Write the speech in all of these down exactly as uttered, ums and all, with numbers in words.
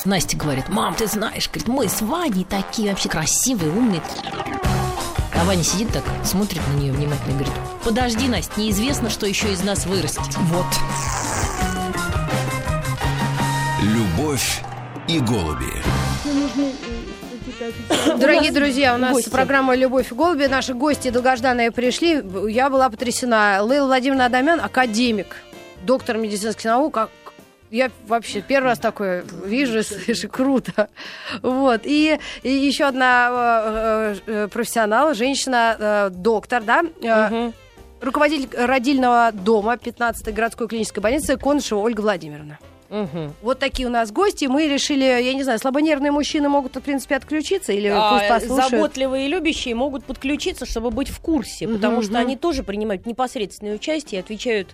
Настя говорит: мам, ты знаешь, говорит, мы с Ваней такие вообще красивые, умные. А Ваня сидит так, смотрит на нее внимательно и говорит: подожди, Настя, неизвестно, что еще из нас вырастет. Вот. Любовь и голуби. Дорогие друзья, у нас гости. программа «Любовь и голуби». Наши гости долгожданные пришли. Я была потрясена. Лейла Владимировна Адамян, академик, доктор медицинских наук. Я вообще первый раз такое вижу, слышу, круто. Вот. И, и еще одна э, профессионал, женщина, э, доктор, да, э, угу. руководитель родильного дома пятнадцатой городской клинической больницы Конышева Ольга Владимировна. Угу. Вот такие у нас гости. Мы решили, я не знаю, слабонервные мужчины могут, в принципе, отключиться или а, пусть послушают. Заботливые и любящие могут подключиться, чтобы быть в курсе, угу, потому что угу. они тоже принимают непосредственное участие, отвечают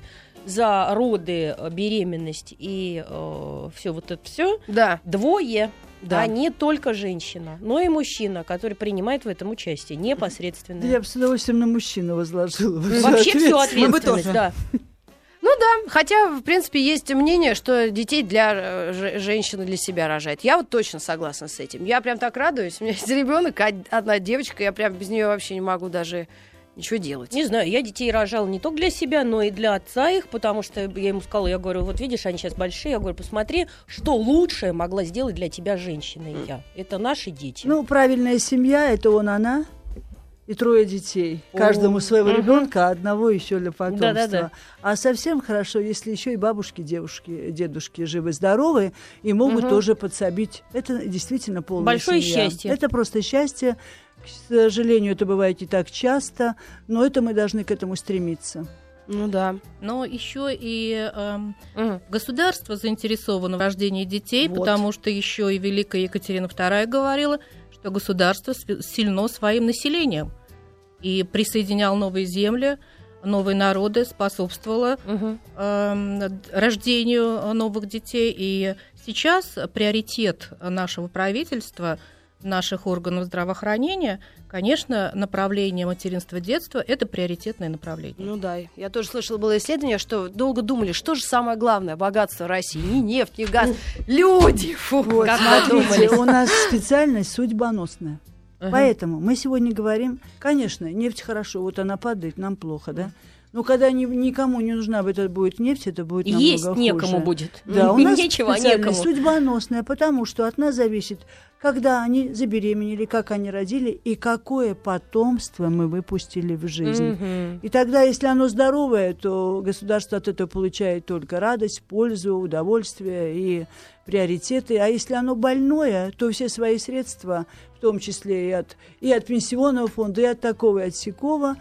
за роды, беременность и э, все вот это все. Да. Двое. Да. А не только женщина, но и мужчина, который принимает в этом участие непосредственно. Да я бы с удовольствием на мужчину возложила. Вообще всю ответственность, да. Ну да, хотя, в принципе, есть мнение, что детей для ж- женщины для себя рожает. Я вот точно согласна с этим. Я прям так радуюсь. У меня есть ребенок, одна девочка, я прям без нее вообще не могу даже ничего делать. Не знаю, я детей рожала не только для себя, но и для отца их, потому что я ему сказала, я говорю, вот видишь, они сейчас большие, я говорю, посмотри, что лучшее могла сделать для тебя женщина и я. Это наши дети. Ну, правильная семья, это он, она. И трое детей. Каждому своего угу. ребенка, а одного еще для потомства. Да-да-да. А совсем хорошо, если еще и бабушки, девушки, дедушки живы-здоровы, и могут угу. тоже подсобить. Это действительно полная большое семья. Счастье. Это просто счастье. К сожалению, это бывает не так часто, но это мы должны к этому стремиться. Ну да. Но еще и э, угу. государство заинтересовано в рождении детей, вот. Потому что еще и Великая Екатерина вторая говорила, что государство сильно своим населением. И присоединял новые земли, новые народы, способствовало угу. э, рождению новых детей. И сейчас приоритет нашего правительства, наших органов здравоохранения, конечно, направление материнства-детства – это приоритетное направление. Ну да, я тоже слышала, было исследование, что долго думали, что же самое главное богатство России? Не нефть, не газ, люди! Фу, вот, как смотрите, у нас специальность судьбоносная. Uh-huh. Поэтому мы сегодня говорим, конечно, нефть хорошо, вот она падает, нам плохо, да? Но когда ни, никому не нужна это будет нефть, это будет намного есть хуже. Некому будет. Да, у нас нечего, специальность судьбоносная, потому что от нас зависит, когда они забеременели, как они родили и какое потомство мы выпустили в жизнь. Uh-huh. И тогда, если оно здоровое, то государство от этого получает только радость, пользу, удовольствие и приоритеты. А если оно больное, то все свои средства, в том числе и от, и от пенсионного фонда, и от такого, и от сякого,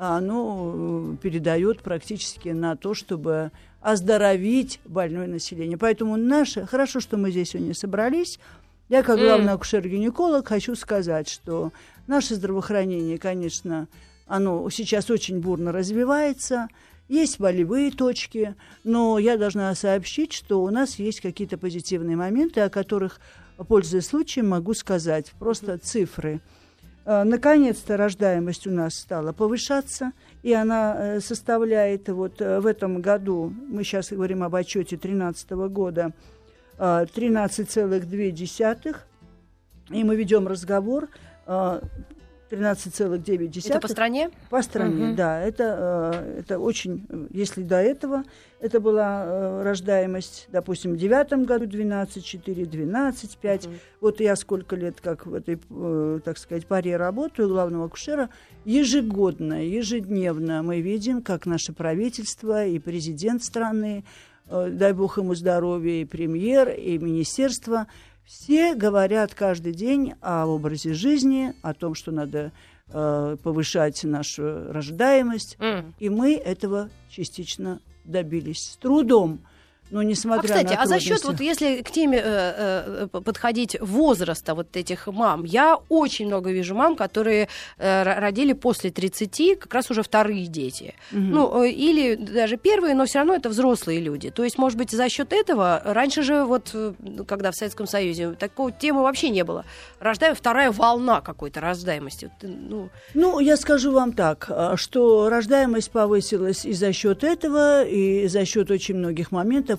оно передает практически на то, чтобы оздоровить больное население. Поэтому наше, хорошо, что мы здесь сегодня собрались. Я, как главный mm. акушер-гинеколог, хочу сказать, что наше здравоохранение, конечно, оно сейчас очень бурно развивается. Есть болевые точки, но я должна сообщить, что у нас есть какие-то позитивные моменты, о которых, пользуясь случаем, могу сказать. Просто цифры. Наконец-то рождаемость у нас стала повышаться, и она составляет вот в этом году, мы сейчас говорим об отчете две тысячи тринадцатого года, тринадцать целых две десятых, и мы ведем разговор тринадцать целых девять десятых. Это по стране? По стране, угу. да. Это, это очень, если до этого это была рождаемость, допустим, в девятом году двенадцать четыре, двенадцать пять. Угу. Вот я сколько лет, как в этой, так сказать, паре работаю, главного акушера, ежегодно, ежедневно мы видим, как наше правительство и президент страны, дай бог ему здоровья, и премьер, и министерство, все говорят каждый день о образе жизни, о том, что надо э, повышать нашу рождаемость. Mm. И мы этого частично добились с трудом. Но несмотря а, кстати, на а за счет, вот если к теме э, э, подходить возраста вот этих мам, я очень много вижу мам, которые э, родили после тридцати, как раз уже вторые дети. Угу. Ну, э, или даже первые, но все равно это взрослые люди. То есть, может быть, за счет этого, раньше же, вот, когда в Советском Союзе, такой темы вообще не было. Рождаю, вторая волна какой-то рождаемости. Ну... ну, я скажу вам так, что рождаемость повысилась и за счет этого, и за счет очень многих моментов.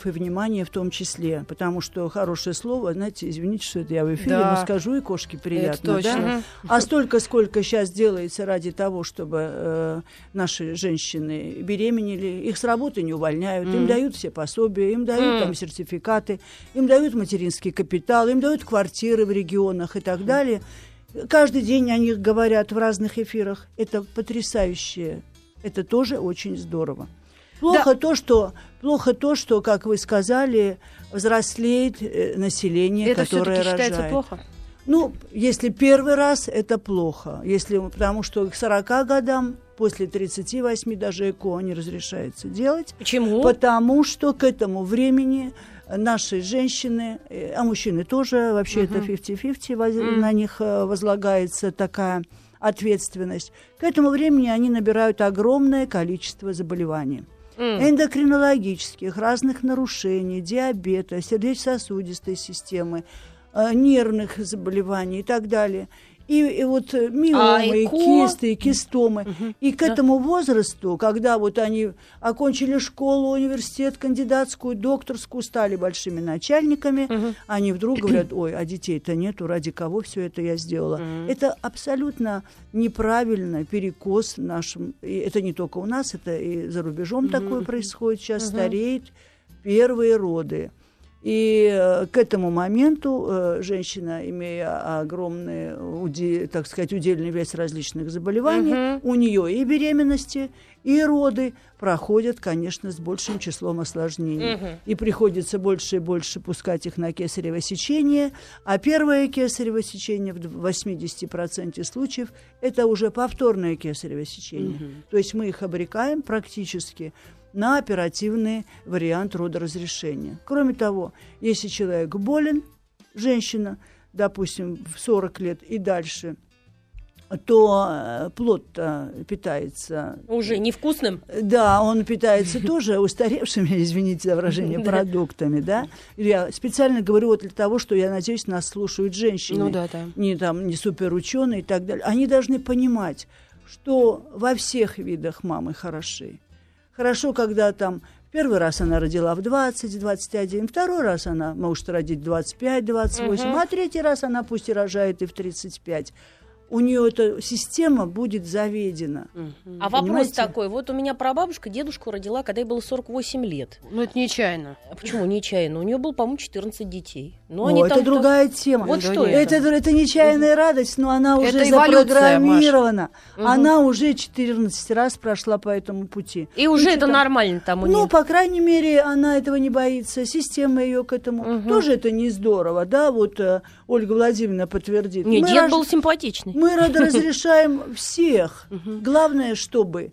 нервов и внимания в том числе, потому что хорошее слово, знаете, извините, что это я в эфире, да. но скажу, и кошке приятно. Это точно. Да? А столько, сколько сейчас делается ради того, чтобы э, наши женщины беременели, их с работы не увольняют, mm. им дают все пособия, им дают mm. там сертификаты, им дают материнский капитал, им дают квартиры в регионах и так mm. далее. Каждый день о них говорят в разных эфирах. Это потрясающе. Это тоже очень здорово. Плохо, да. то, что, плохо то, что, как вы сказали, взрослеет население, это которое рожает. Это считается плохо? Ну, если первый раз, это плохо. Если, потому что к сорока годам, после тридцати восьми даже ЭКО не разрешается делать. Почему? Потому что к этому времени наши женщины, а мужчины тоже, вообще uh-huh. это фифти-фифти, uh-huh. на них возлагается такая ответственность. К этому времени они набирают огромное количество заболеваний. Mm. Эндокринологических, разных нарушений, диабета, сердечно-сосудистой системы, э, нервных заболеваний и так далее. И, и вот миомы, а, и кисты, и кистомы. Uh-huh. И к да. этому возрасту, когда вот они окончили школу, университет, кандидатскую, докторскую, стали большими начальниками, uh-huh. они вдруг говорят: ой, а детей-то нету, ради кого все это я сделала. Uh-huh. Это абсолютно неправильно, перекос нашим. И это не только у нас, это и за рубежом uh-huh. такое происходит. Сейчас uh-huh. стареют первые роды. И э, к этому моменту э, женщина, имея огромный, уде, так сказать, удельный вес различных заболеваний, uh-huh. у нее и беременности, и роды проходят, конечно, с большим числом осложнений. Uh-huh. И приходится больше и больше пускать их на кесарево сечение, а первое кесарево сечение в восьмидесяти процентах случаев это уже повторное кесарево сечение. Uh-huh. То есть мы их обрекаем практически на оперативный вариант родоразрешения. Кроме того, если человек болен, женщина, допустим, в сорок лет и дальше, то плод-то питается... Уже невкусным? Да, он питается тоже устаревшими, извините за выражение, продуктами, да. Я специально говорю вот для того, что, я надеюсь, нас слушают женщины, ну, да, да. не, там, не суперученые и так далее. Они должны понимать, что во всех видах мамы хороши. Хорошо, когда там первый раз она родила в двадцать двадцать один, второй раз она может родить в двадцать пять двадцать восемь, угу. а третий раз она пусть и рожает и в тридцать пять. У нее эта система будет заведена. Uh-huh. А вопрос такой. Вот у меня прабабушка дедушку родила, когда ей было сорок восемь лет. Ну, это нечаянно. Почему нечаянно? У нее было, по-моему, четырнадцать детей. Но О, они это там другая так... тема. Вот да что это? Это, это нечаянная uh-huh. радость, но она уже это запрограммирована. Uh-huh. Она уже четырнадцать раз прошла по этому пути. И уже это там... нормально там у нее? Ну, по крайней мере, она этого не боится. Система ее к этому. Uh-huh. Тоже это не здорово, да? Вот uh, Ольга Владимировна подтвердит. Нет, дед рож... был симпатичный. Мы разрешаем всех. Uh-huh. Главное, чтобы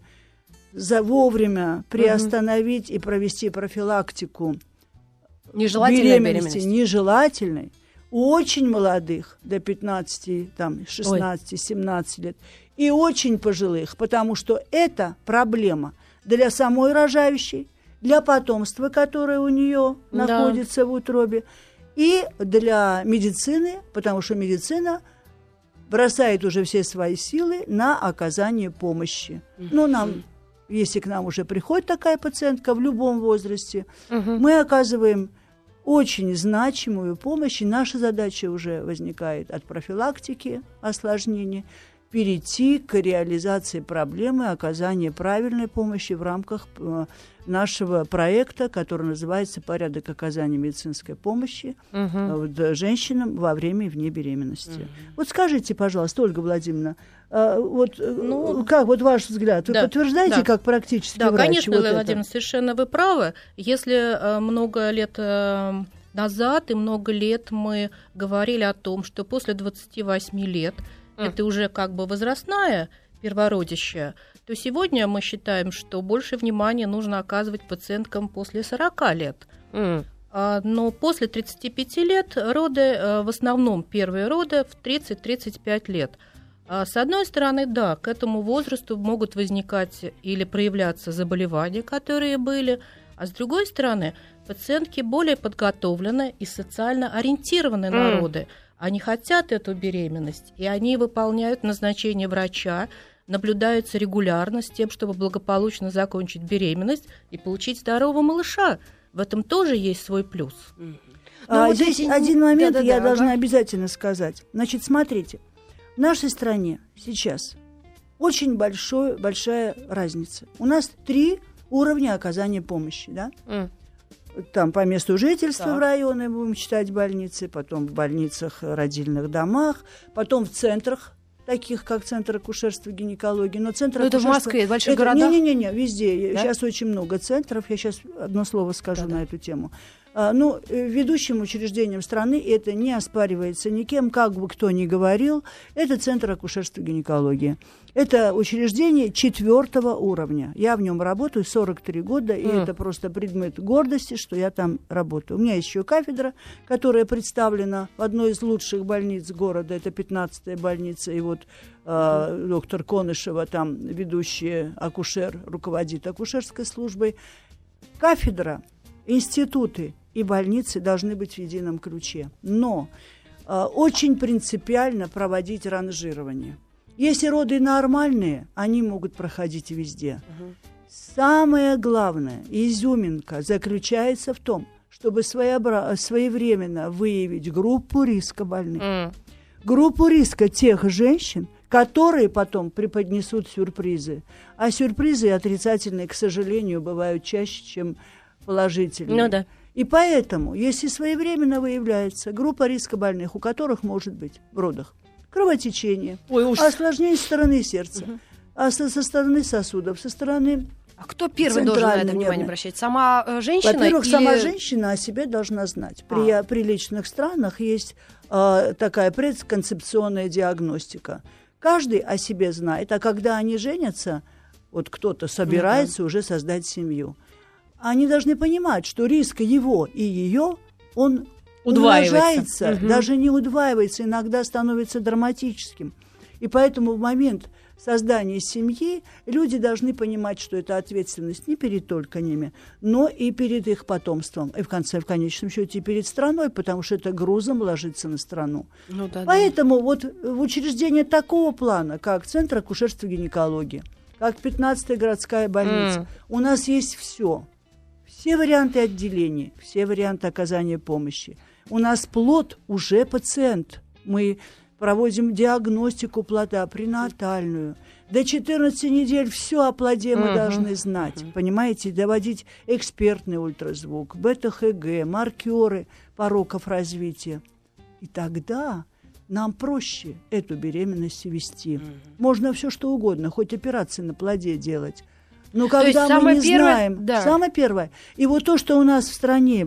за вовремя приостановить uh-huh. и провести профилактику нежелательной беременности, беременности. Нежелательной у очень молодых, до пятнадцати, там, шестнадцати, семнадцати лет, и очень пожилых, потому что это проблема для самой рожающей, для потомства, которое у нее да. находится в утробе, и для медицины, потому что медицина бросает уже все свои силы на оказание помощи. Mm-hmm. Ну, нам, если к нам уже приходит такая пациентка в любом возрасте, mm-hmm. мы оказываем очень значимую помощь, и наша задача уже возникает от профилактики осложнений перейти к реализации проблемы оказания правильной помощи в рамках нашего проекта, который называется «Порядок оказания медицинской помощи uh-huh. женщинам во время и вне беременности». Uh-huh. Вот скажите, пожалуйста, Ольга Владимировна, вот, ну, как вот ваш взгляд? Вы да, да. как практический да, врач? Да, конечно, вот Ольга Владимировна, совершенно вы правы. Если много лет назад и много лет мы говорили о том, что после двадцати восьми лет mm. это уже как бы возрастная первородище, то сегодня мы считаем, что больше внимания нужно оказывать пациенткам после сорока лет. Mm. Но после тридцати пяти лет роды, в основном первые роды, в тридцать-тридцать пять лет. С одной стороны, да, к этому возрасту могут возникать или проявляться заболевания, которые были, а с другой стороны, пациентки более подготовлены и социально ориентированы mm. на роды. Они хотят эту беременность, и они выполняют назначение врача, наблюдаются регулярно с тем, чтобы благополучно закончить беременность и получить здорового малыша. в этом тоже есть свой плюс. А, вот здесь эти... один момент да, да, я да, должна ага. обязательно сказать. Значит, смотрите, в нашей стране сейчас очень большой, большая разница. У нас три уровня оказания помощи, да? Mm. Там по месту жительства так. в районе будем читать больницы, потом в больницах, родильных домах, потом в центрах, таких как Центр акушерства и гинекологии. Но центр ну, акушерства... это в Москве, в больших это... городах? Не-не-не, везде. Да? Сейчас очень много центров. Я сейчас одно слово скажу да, на да. эту тему. А, ну, ведущим учреждением страны это не оспаривается никем, как бы кто ни говорил. Это Центр акушерства и гинекологии. Это учреждение четвертого уровня. Я в нем работаю сорок три года, и mm. это просто предмет гордости, что я там работаю. У меня есть еще кафедра, которая представлена в одной из лучших больниц города. Это пятнадцатая больница, и вот э, доктор Конышева, там ведущий акушер, руководит акушерской службой. Кафедра, институты и больницы должны быть в едином ключе. Но э, очень принципиально проводить ранжирование. Если роды нормальные, они могут проходить везде. Угу. Самое главное, изюминка, заключается в том, чтобы своеобра... своевременно выявить группу риска больных. Mm. Группу риска тех женщин, которые потом преподнесут сюрпризы. А сюрпризы отрицательные, к сожалению, бывают чаще, чем положительные. Ну, да. И поэтому, если своевременно выявляется группа риска больных, у которых может быть в родах кровотечение, Ой, осложнение со стороны сердца, угу. а со, со стороны сосудов, со стороны... А кто первый должен на это внимание обращать? Сама э, женщина? Во-первых, или... сама женщина о себе должна знать. При а. приличных странах есть э, такая предконцепционная диагностика. Каждый о себе знает, а когда они женятся, вот кто-то собирается угу. уже создать семью, они должны понимать, что риск его и ее, он... удваивается, угу. даже не удваивается, иногда становится драматическим. И поэтому в момент создания семьи люди должны понимать, что это ответственность не перед только ними, но и перед их потомством. И в конце, в конечном счете, и перед страной, потому что это грузом ложится на страну. Ну, да, поэтому да. вот в учреждении такого плана, как Центр акушерства и гинекологии, как пятнадцатая городская больница, mm. у нас есть все. Все варианты отделения, все варианты оказания помощи. У нас плод уже пациент. Мы проводим диагностику плода пренатальную. До четырнадцати недель все о плоде мы uh-huh. должны знать. Uh-huh. Понимаете, доводить экспертный ультразвук, бета-ХГ, маркеры пороков развития. И тогда нам проще эту беременность вести. Uh-huh. Можно все что угодно, хоть операции на плоде делать. Но когда мы не первое, знаем, да. самое первое. И вот то, что у нас в стране,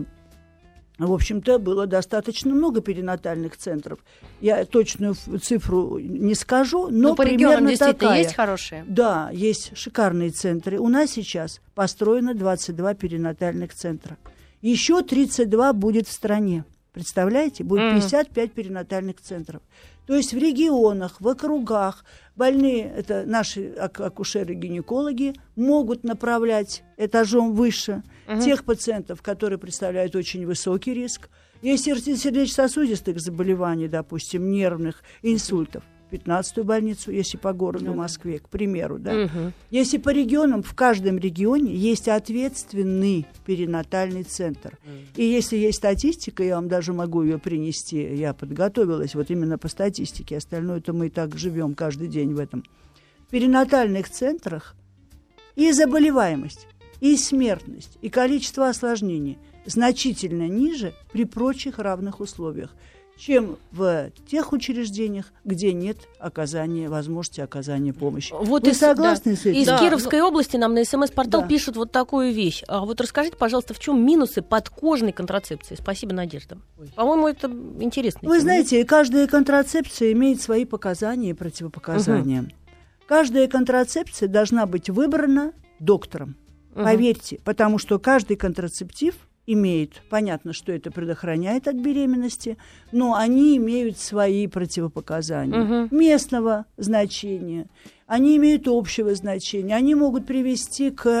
в общем-то, было достаточно много перинатальных центров. Я точную цифру не скажу, но, но по примерно действительно такая. Есть хорошие? Да, есть шикарные центры. У нас сейчас построено двадцать два перинатальных центра. Еще тридцать два будет в стране. Представляете? Будет пятьдесят пять перинатальных центров. То есть в регионах, в округах больные, это наши акушеры-гинекологи, могут направлять этажом выше угу. тех пациентов, которые представляют очень высокий риск. Есть сердечно-сосудистых заболеваний, допустим, нервных, инсультов. пятнадцатую больницу, если по городу ну, Москве, к примеру. Да? Угу. Если по регионам, в каждом регионе есть ответственный перинатальный центр. Угу. И если есть статистика, я вам даже могу ее принести, я подготовилась вот именно по статистике, остальное-то мы и так живем каждый день в этом. В перинатальных центрах и заболеваемость, и смертность, и количество осложнений значительно ниже при прочих равных условиях, чем в тех учреждениях, где нет оказания, возможности оказания помощи. Вот Вы из, согласны да. с этим? Из да. Кировской области нам на СМС-портал да. пишут вот такую вещь. А вот расскажите, пожалуйста, в чем минусы подкожной контрацепции? Спасибо, Надежда. Ой. По-моему, это интересно. Вы знаете, каждая контрацепция имеет свои показания и противопоказания. Угу. Каждая контрацепция должна быть выбрана доктором. Угу. Поверьте, потому что каждый контрацептив имеет, понятно, что это предохраняет от беременности, но они имеют свои противопоказания угу. местного значения, они имеют общего значения, они могут привести к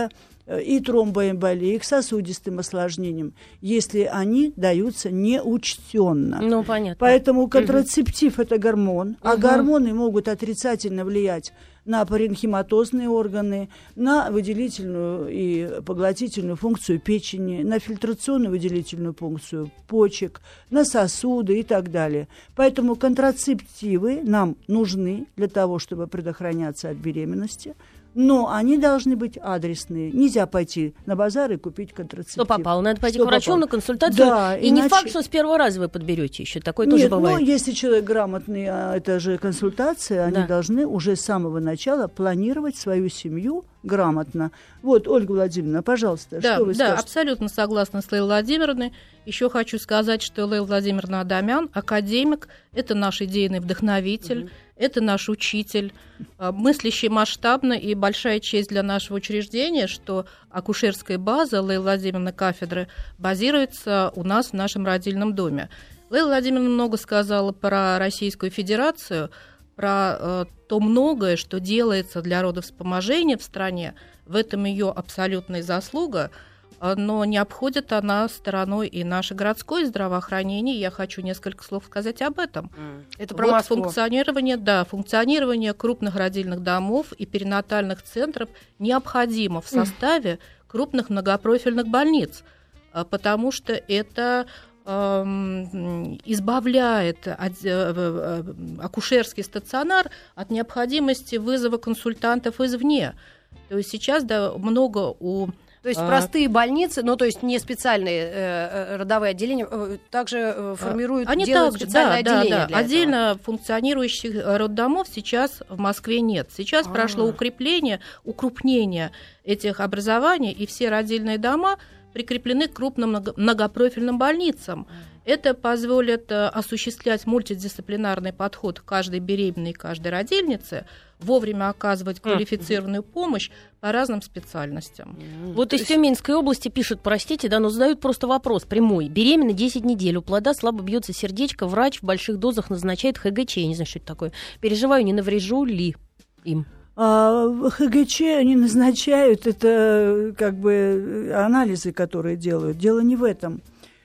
и тромбоэмболии, к сосудистым осложнениям, если они даются неучтенно. Ну, понятно. Поэтому контрацептив угу. это гормон, а угу. гормоны могут отрицательно влиять на паренхиматозные органы, на выделительную и поглотительную функцию печени, на фильтрационную выделительную функцию почек, на сосуды и так далее. Поэтому контрацептивы нам нужны для того, чтобы предохраняться от беременности, но они должны быть адресные. Нельзя пойти на базар и купить контрацептив. Что попало? Надо пойти что к врачу попало. на консультацию. Да, и иначе... не факт, что с первого раза вы подберете еще. Такое Нет, тоже бывает. Ну, если человек грамотный, а это же консультация, да. они должны уже с самого начала планировать свою семью грамотно. Вот, Ольга Владимировна, пожалуйста, да, что вы да, скажете? Да, абсолютно согласна с Лейлой Владимировной. Еще хочу сказать, что Лейла Владимировна Адамян, академик, это наш идейный вдохновитель, угу. это наш учитель, мыслящий масштабно, и большая честь для нашего учреждения, что акушерская база Лейлы Владимировны кафедры базируется у нас в нашем родильном доме. Лейла Владимировна много сказала про Российскую Федерацию, про э, то многое, что делается для родовспоможения в стране. В этом ее абсолютная заслуга, но не обходит она стороной и наше городское здравоохранение. Я хочу несколько слов сказать об этом. Mm. Это про вот Москву. Функционирование, да, функционирование крупных родильных домов и перинатальных центров необходимо в составе mm. крупных многопрофильных больниц, потому что это избавляет акушерский стационар от необходимости вызова консультантов извне. То есть сейчас да, много у... То есть а... простые больницы, ну то есть не специальные э, родовые отделения, э, также э, формируют, Они делают также, специальное да, отделение да, для да. Отдельно этого. Функционирующих роддомов сейчас в Москве нет. Сейчас А-а-а. прошло укрепление, укрупнение этих образований, и все родильные дома прикреплены к крупным многопрофильным больницам. Это позволит осуществлять мультидисциплинарный подход к каждой беременной и каждой родильнице, вовремя оказывать квалифицированную помощь по разным специальностям. Вот из Тюменской области пишут, простите, да, но задают просто вопрос прямой. Беременна десять недель, у плода слабо бьется сердечко, врач в больших дозах назначает ХГЧ, я не знаю, что это такое. Переживаю, не наврежу ли им? А ХГЧ они назначают, это как бы анализы, которые делают. Дело не в этом.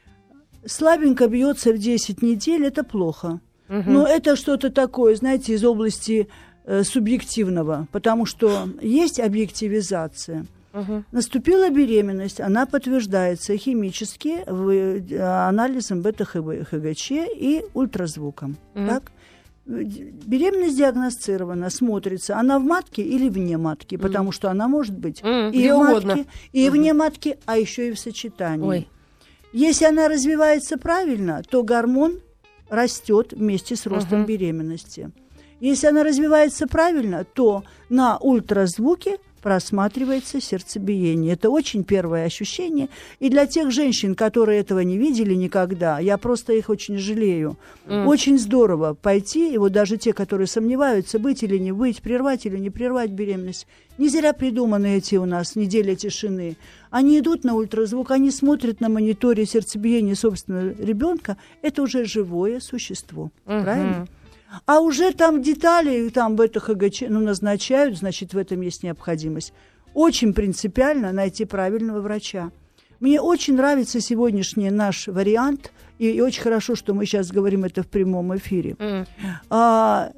Слабенько бьется в десять недель, это плохо. Угу. Но это что-то такое, знаете, из области э, субъективного, потому что есть объективизация. Угу. Наступила беременность, она подтверждается химически в, анализом бета-ХГЧ и ультразвуком. Угу. Так? Беременность диагностирована, смотрится, она в матке или вне матки, mm. потому что она может быть mm, и в угодно. матке, и mm-hmm. вне матки, а еще и в сочетании. Ой. Если она развивается правильно, то гормон растет вместе с ростом mm-hmm. беременности. Если она развивается правильно, то на ультразвуке просматривается сердцебиение. Это очень первое ощущение. И для тех женщин, которые этого не видели никогда, я просто их очень жалею. Mm. Очень здорово пойти, и вот даже те, которые сомневаются, быть или не быть, прервать или не прервать беременность. Не зря придуманы эти у нас недели тишины. Они идут на ультразвук, они смотрят на мониторе сердцебиение собственного ребенка. Это уже живое существо. Mm-hmm. Правильно? А уже там детали, там бета-ХГЧ ну, назначают, значит, в этом есть необходимость. Очень принципиально найти правильного врача. Мне очень нравится сегодняшний наш вариант, и, и очень хорошо, что мы сейчас говорим это в прямом эфире. Mm. А,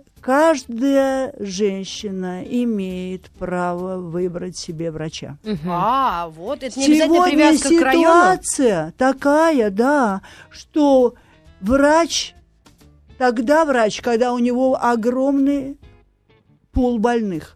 каждая женщина имеет право выбрать себе врача. Mm-hmm. А, вот, это не обязательно привязка к району. Ситуация такая, да, что врач... Тогда врач, когда у него огромный пул больных.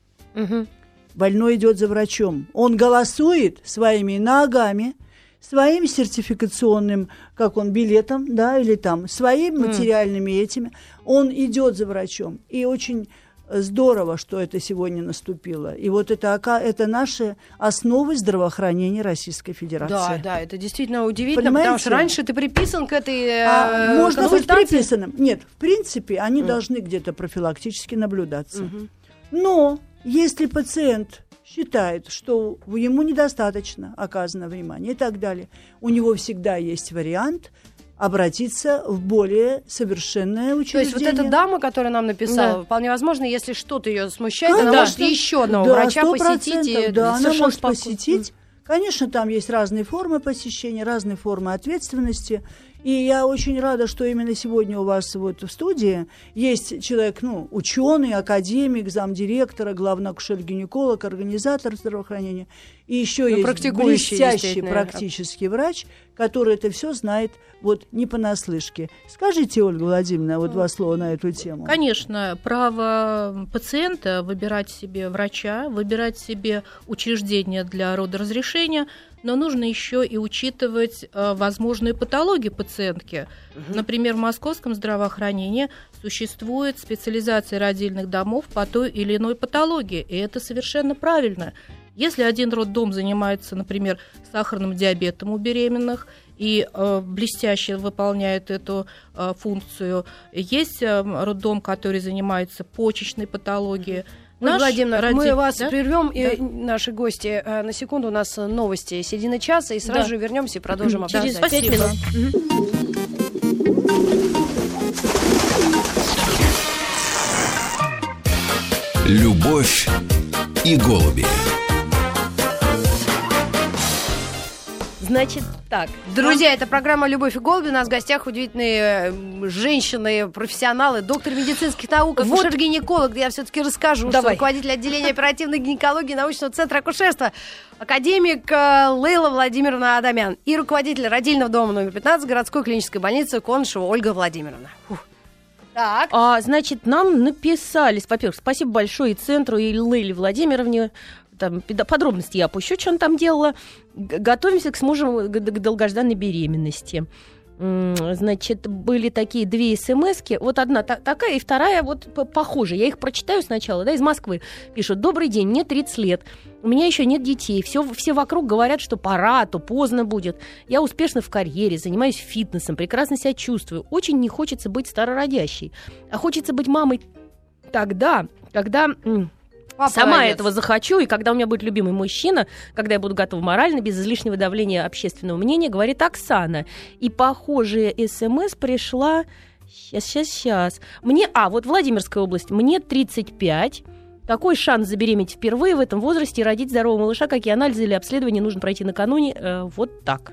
Mm. Больной идет за врачом. Он голосует своими ногами, своим сертификационным, как он, билетом, да, или там, своими mm. материальными этими. Он идет за врачом. И очень здорово, что это сегодня наступило. И вот это, это наши основы здравоохранения Российской Федерации. Да, да, это действительно удивительно, Понимаете? Потому что раньше ты приписан к этой а, э, можно быть консультации. приписанным. Нет, в принципе, они mm. должны где-то профилактически наблюдаться. Mm-hmm. Но если пациент считает, что ему недостаточно оказано внимание и так далее, у него всегда есть вариант обратиться в более совершенное учреждение. То есть вот эта дама, которая нам написала, да. вполне возможно, если что-то ее смущает, конечно, она может еще одного да, врача посетить. И да, она может спокойно. посетить. Конечно, там есть разные формы посещения, разные формы ответственности. И я очень рада, что именно сегодня у вас вот в студии есть человек, ну, ученый, академик, замдиректора, главный акушер-гинеколог, организатор здравоохранения. И еще ну, есть блестящий практический врач, который это все знает вот не понаслышке. Скажите, Ольга Владимировна, вот два слова на эту тему. Конечно, право пациента выбирать себе врача, выбирать себе учреждение для родоразрешения, но нужно еще и учитывать э, возможные патологии пациентки. Угу. Например, в московском здравоохранении существует специализация родильных домов по той или иной патологии, и это совершенно правильно. Если один роддом занимается, например, сахарным диабетом у беременных и э, блестяще выполняет эту э, функцию, есть э, роддом, который занимается почечной патологией. Ольга Владимировна, ради... мы вас да? прервем, да. и наши гости э, на секунду, у нас новости середины часа, и сразу да. же вернемся и продолжим обсуждать. Через пять минут. Любовь и голуби. Значит так, друзья, это программа «Любовь и голуби». У нас в гостях удивительные женщины, профессионалы, доктор медицинских наук, вот. акушер-гинеколог. Я все-таки расскажу, Давай. что руководитель отделения оперативной гинекологии научного центра акушерства, академик Лейла Владимировна Адамян и руководитель родильного дома номер пятнадцать городской клинической больницы Конышева Ольга Владимировна. Фух. Так. А, значит, нам написали, во-первых, спасибо большое и центру, и Лейле Владимировне. Там, подробности я опущу, что она там делала. Готовимся к с мужем к долгожданной беременности. Значит, были такие две смски. Вот одна та- такая, и вторая вот похожая. Я их прочитаю сначала, да, из Москвы. Пишут: добрый день, мне тридцать лет. У меня еще нет детей. Все, все вокруг говорят, что пора, то поздно будет. Я успешна в карьере, занимаюсь фитнесом, прекрасно себя чувствую. Очень не хочется быть старородящей. А хочется быть мамой тогда, когда... Папа Сама молодец. этого захочу, и когда у меня будет любимый мужчина, когда я буду готова морально, без излишнего давления общественного мнения, говорит Оксана. И похожая СМС пришла... Сейчас, сейчас, сейчас. Мне... А, вот Владимирская область. Мне тридцать пять. Какой шанс забеременеть впервые в этом возрасте и родить здорового малыша? Какие анализы или обследования нужно пройти накануне? Э, вот так.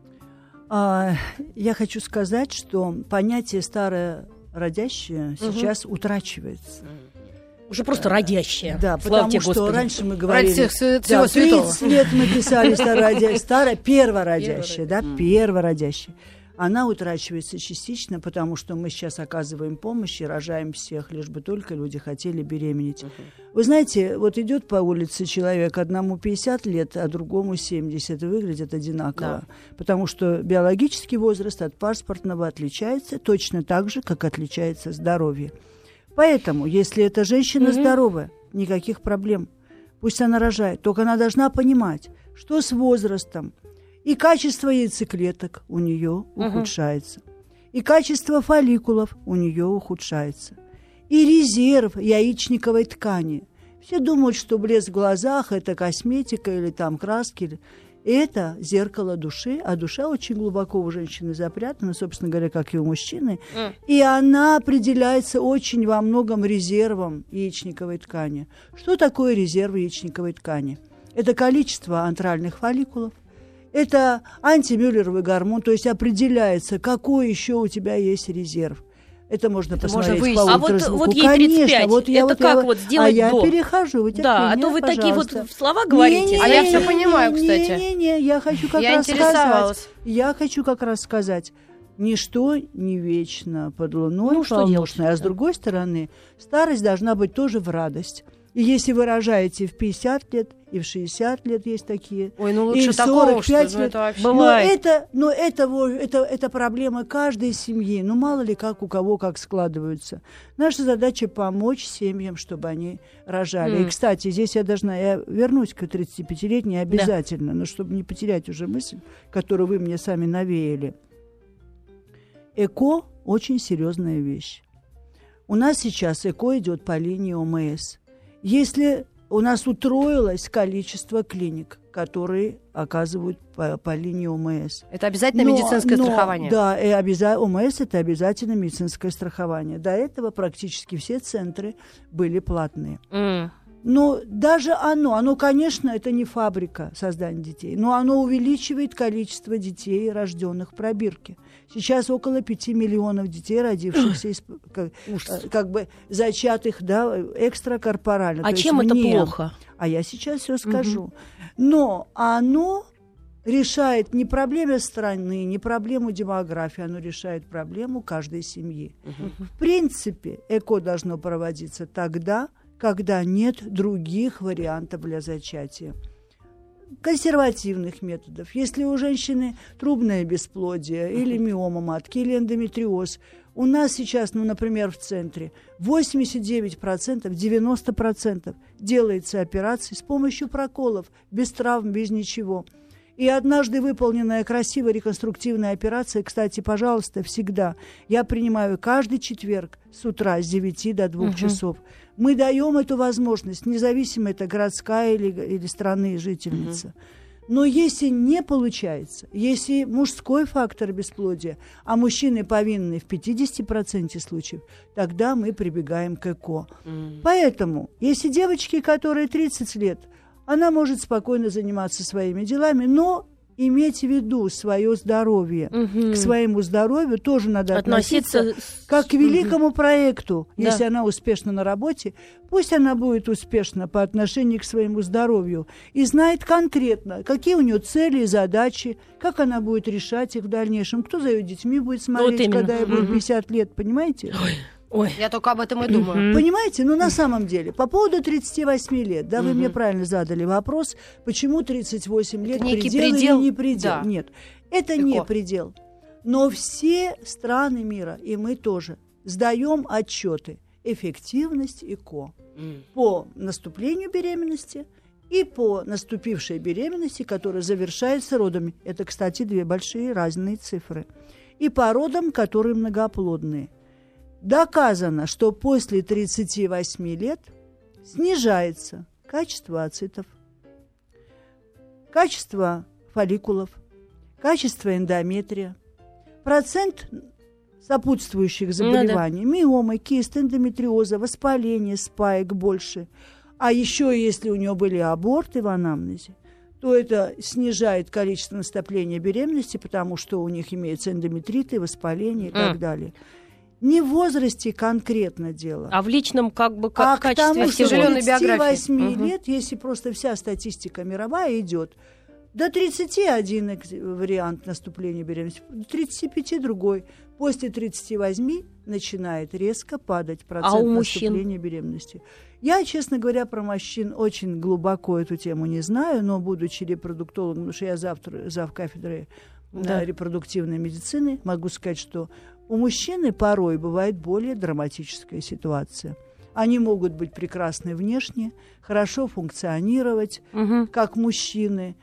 А, я хочу сказать, что понятие «старое родящее» угу. сейчас утрачивается. Уже просто родящая. Да, Слава потому тебе, что Господи. раньше мы говорили... Всех, всего да, тридцать лет мы писали старородящая, старая, первородящая, да, первородящая. Она утрачивается частично, потому что мы сейчас оказываем помощь и рожаем всех, лишь бы только люди хотели беременеть. Uh-huh. Вы знаете, вот идет по улице человек, одному пятьдесят лет, а другому семьдесят, и выглядят одинаково. Да. Потому что биологический возраст от паспортного отличается точно так же, как отличается здоровье. Поэтому, если эта женщина mm-hmm. здоровая, никаких проблем. Пусть она рожает. Только она должна понимать, что с возрастом и качество яйцеклеток у нее mm-hmm. ухудшается, и качество фолликулов у нее ухудшается, и резерв яичниковой ткани. Все думают, что блеск в глазах – это косметика или там краски. Или... Это зеркало души, а душа очень глубоко у женщины запрятана, собственно говоря, как и у мужчины. Mm. И она определяется очень во многом резервом яичниковой ткани. Что такое резерв яичниковой ткани? Это количество антральных фолликулов, это антимюллеровый гормон, то есть определяется, какой еще у тебя есть резерв. Это можно это посмотреть можно по ультразвуку. А вот, вот ей тридцать пять, вот я, это вот как я, вот сделать а я до? перехожу, вы терпение, да, а то вы пожалуйста. такие вот слова говорите. Не, не, а не, я не, все понимаю, не, кстати. Не-не-не, я хочу как я раз сказать. Я хочу как раз сказать, ничто не вечно под луной ну, полношной, а с другой стороны, старость должна быть тоже в радость. И если вы рожаете в пятьдесят лет, и в шестьдесят лет есть такие, Ой, ну лучше и в сорок пять такого, лет. Что, ну, это но это, но это, это, это проблема каждой семьи. Ну, мало ли, как у кого как складываются. Наша задача помочь семьям, чтобы они рожали. Mm. И, кстати, здесь я должна, я вернусь к тридцатипятилетней обязательно, да. но чтобы не потерять уже мысль, которую вы мне сами навеяли. ЭКО – очень серьезная вещь. У нас сейчас ЭКО идет по линии ОМС. Если у нас утроилось количество клиник, которые оказывают по, по линии ОМС. Это обязательно но, медицинское но, страхование? Да, и обяза... ОМС – это обязательно медицинское страхование. До этого практически все центры были платные. Mm. Но даже оно, оно, конечно, это не фабрика создания детей, но оно увеличивает количество детей, рожденных в пробирке. Сейчас около пяти миллионов детей, родившихся, из, как, как бы зачатых, да, экстракорпорально. А то чем есть это вне. плохо? А я сейчас все скажу. Угу. Но оно решает не проблему страны, не проблему демографии, оно решает проблему каждой семьи. Угу. В принципе, ЭКО должно проводиться тогда, когда нет других вариантов для зачатия. Консервативных методов. Если у женщины трубное бесплодие, uh-huh. или миома матки, или эндометриоз, у нас сейчас, ну, например, в центре восемьдесят девять процентов, девяносто процентов делается операций с помощью проколов, без травм, без ничего. И однажды выполненная красивая реконструктивная операция, кстати, пожалуйста, всегда, я принимаю каждый четверг с утра с девяти до двух uh-huh. часов. Мы даем эту возможность, независимо, это городская или, или страны жительница. Uh-huh. Но если не получается, если мужской фактор бесплодия, а мужчины повинны в пятидесяти процентах случаев, тогда мы прибегаем к ЭКО. Uh-huh. Поэтому, если девочки, которые тридцать лет, она может спокойно заниматься своими делами, но иметь в виду свое здоровье. Угу. К своему здоровью тоже надо относиться, относиться как к великому угу. проекту. Если да. она успешна на работе, пусть она будет успешна по отношению к своему здоровью и знает конкретно, какие у нее цели и задачи, как она будет решать их в дальнейшем, кто за ее детьми будет смотреть, вот когда ей будет пятьдесят лет, понимаете? Ой. Ой. Я только об этом и думаю. Mm-hmm. Понимаете, ну на самом деле, по поводу тридцати восьми лет, да, mm-hmm. вы мне правильно задали вопрос, почему тридцать восемь лет некий предел, предел или не предел. Да. Нет, это Легко. не предел. Но все страны мира, и мы тоже, сдаем отчеты эффективность ЭКО mm. по наступлению беременности и по наступившей беременности, которая завершается родами. Это, кстати, две большие разные цифры. И по родам, которые многоплодные. Доказано, что после тридцати восьми лет снижается качество ацитов, качество фолликулов, качество эндометрия, процент сопутствующих заболеваний, ну, да. миомы, кист, эндометриоза, воспаление спаек больше. А еще если у нее были аборты в анамнезе, то это снижает количество наступления беременности, потому что у них имеются эндометриты, воспаление и mm. так далее. Не в возрасте конкретно дело. А в личном как бы а качестве всего тяжеленной биографии. А к тому, что с тридцати восьми угу. лет, если просто вся статистика мировая идет, до тридцати один вариант наступления беременности, до тридцати пяти другой. После тридцати восьми начинает резко падать процент а наступления беременности. Я, честно говоря, про мужчин очень глубоко эту тему не знаю, но, будучи репродуктологом, потому что я завтра зав кафедры да. да, репродуктивной медицины, могу сказать, что у мужчины порой бывает более драматическая ситуация. Они могут быть прекрасны внешне, хорошо функционировать, угу. как мужчины,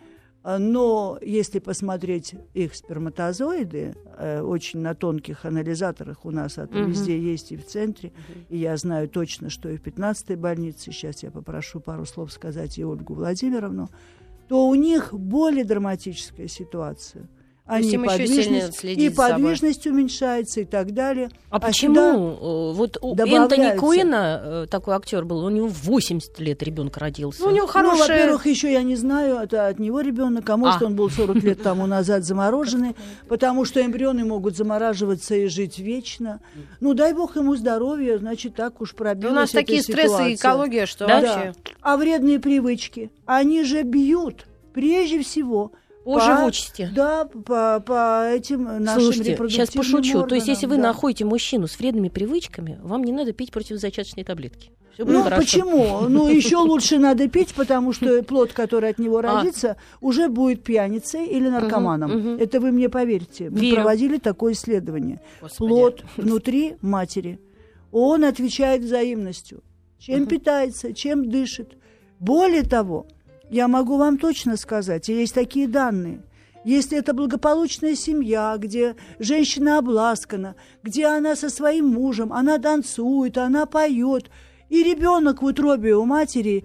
но если посмотреть их сперматозоиды, э, очень на тонких анализаторах у нас это угу. везде есть и в центре, угу. и я знаю точно, что и в пятнадцатой больнице, сейчас я попрошу пару слов сказать и Ольгу Владимировну, то у них более драматическая ситуация. Они подвижность, и подвижность уменьшается и так далее. А, а почему? Вот у Энтони Куина, такой актер был, у него в восемьдесят лет ребенок родился. Ну, у него хорошая... Ну, во-первых, еще я не знаю, это от него ребенок, а может, а. он был сорок лет тому назад замороженный, потому что эмбрионы могут замораживаться и жить вечно. Ну, дай бог ему здоровья, значит, так уж пробилась. У нас такие стрессы и экология, что да? вообще... Да. А вредные привычки, они же бьют прежде всего... По, по живучести. Да, по, по этим нашим Слушайте, репродуктивным сейчас пошучу. органам. То есть, если вы да. находите мужчину с вредными привычками, вам не надо пить противозачаточные таблетки. Всё будет ну, хорошо. Почему? Ну, еще лучше надо пить, потому что плод, который от него родится, уже будет пьяницей или наркоманом. Это вы мне поверьте. Мы проводили такое исследование. Плод внутри матери. Он отвечает взаимностью. Чем питается, чем дышит. Более того, я могу вам точно сказать, и есть такие данные. Если это благополучная семья, где женщина обласкана, где она со своим мужем, она танцует, она поет, и ребенок в утробе у матери,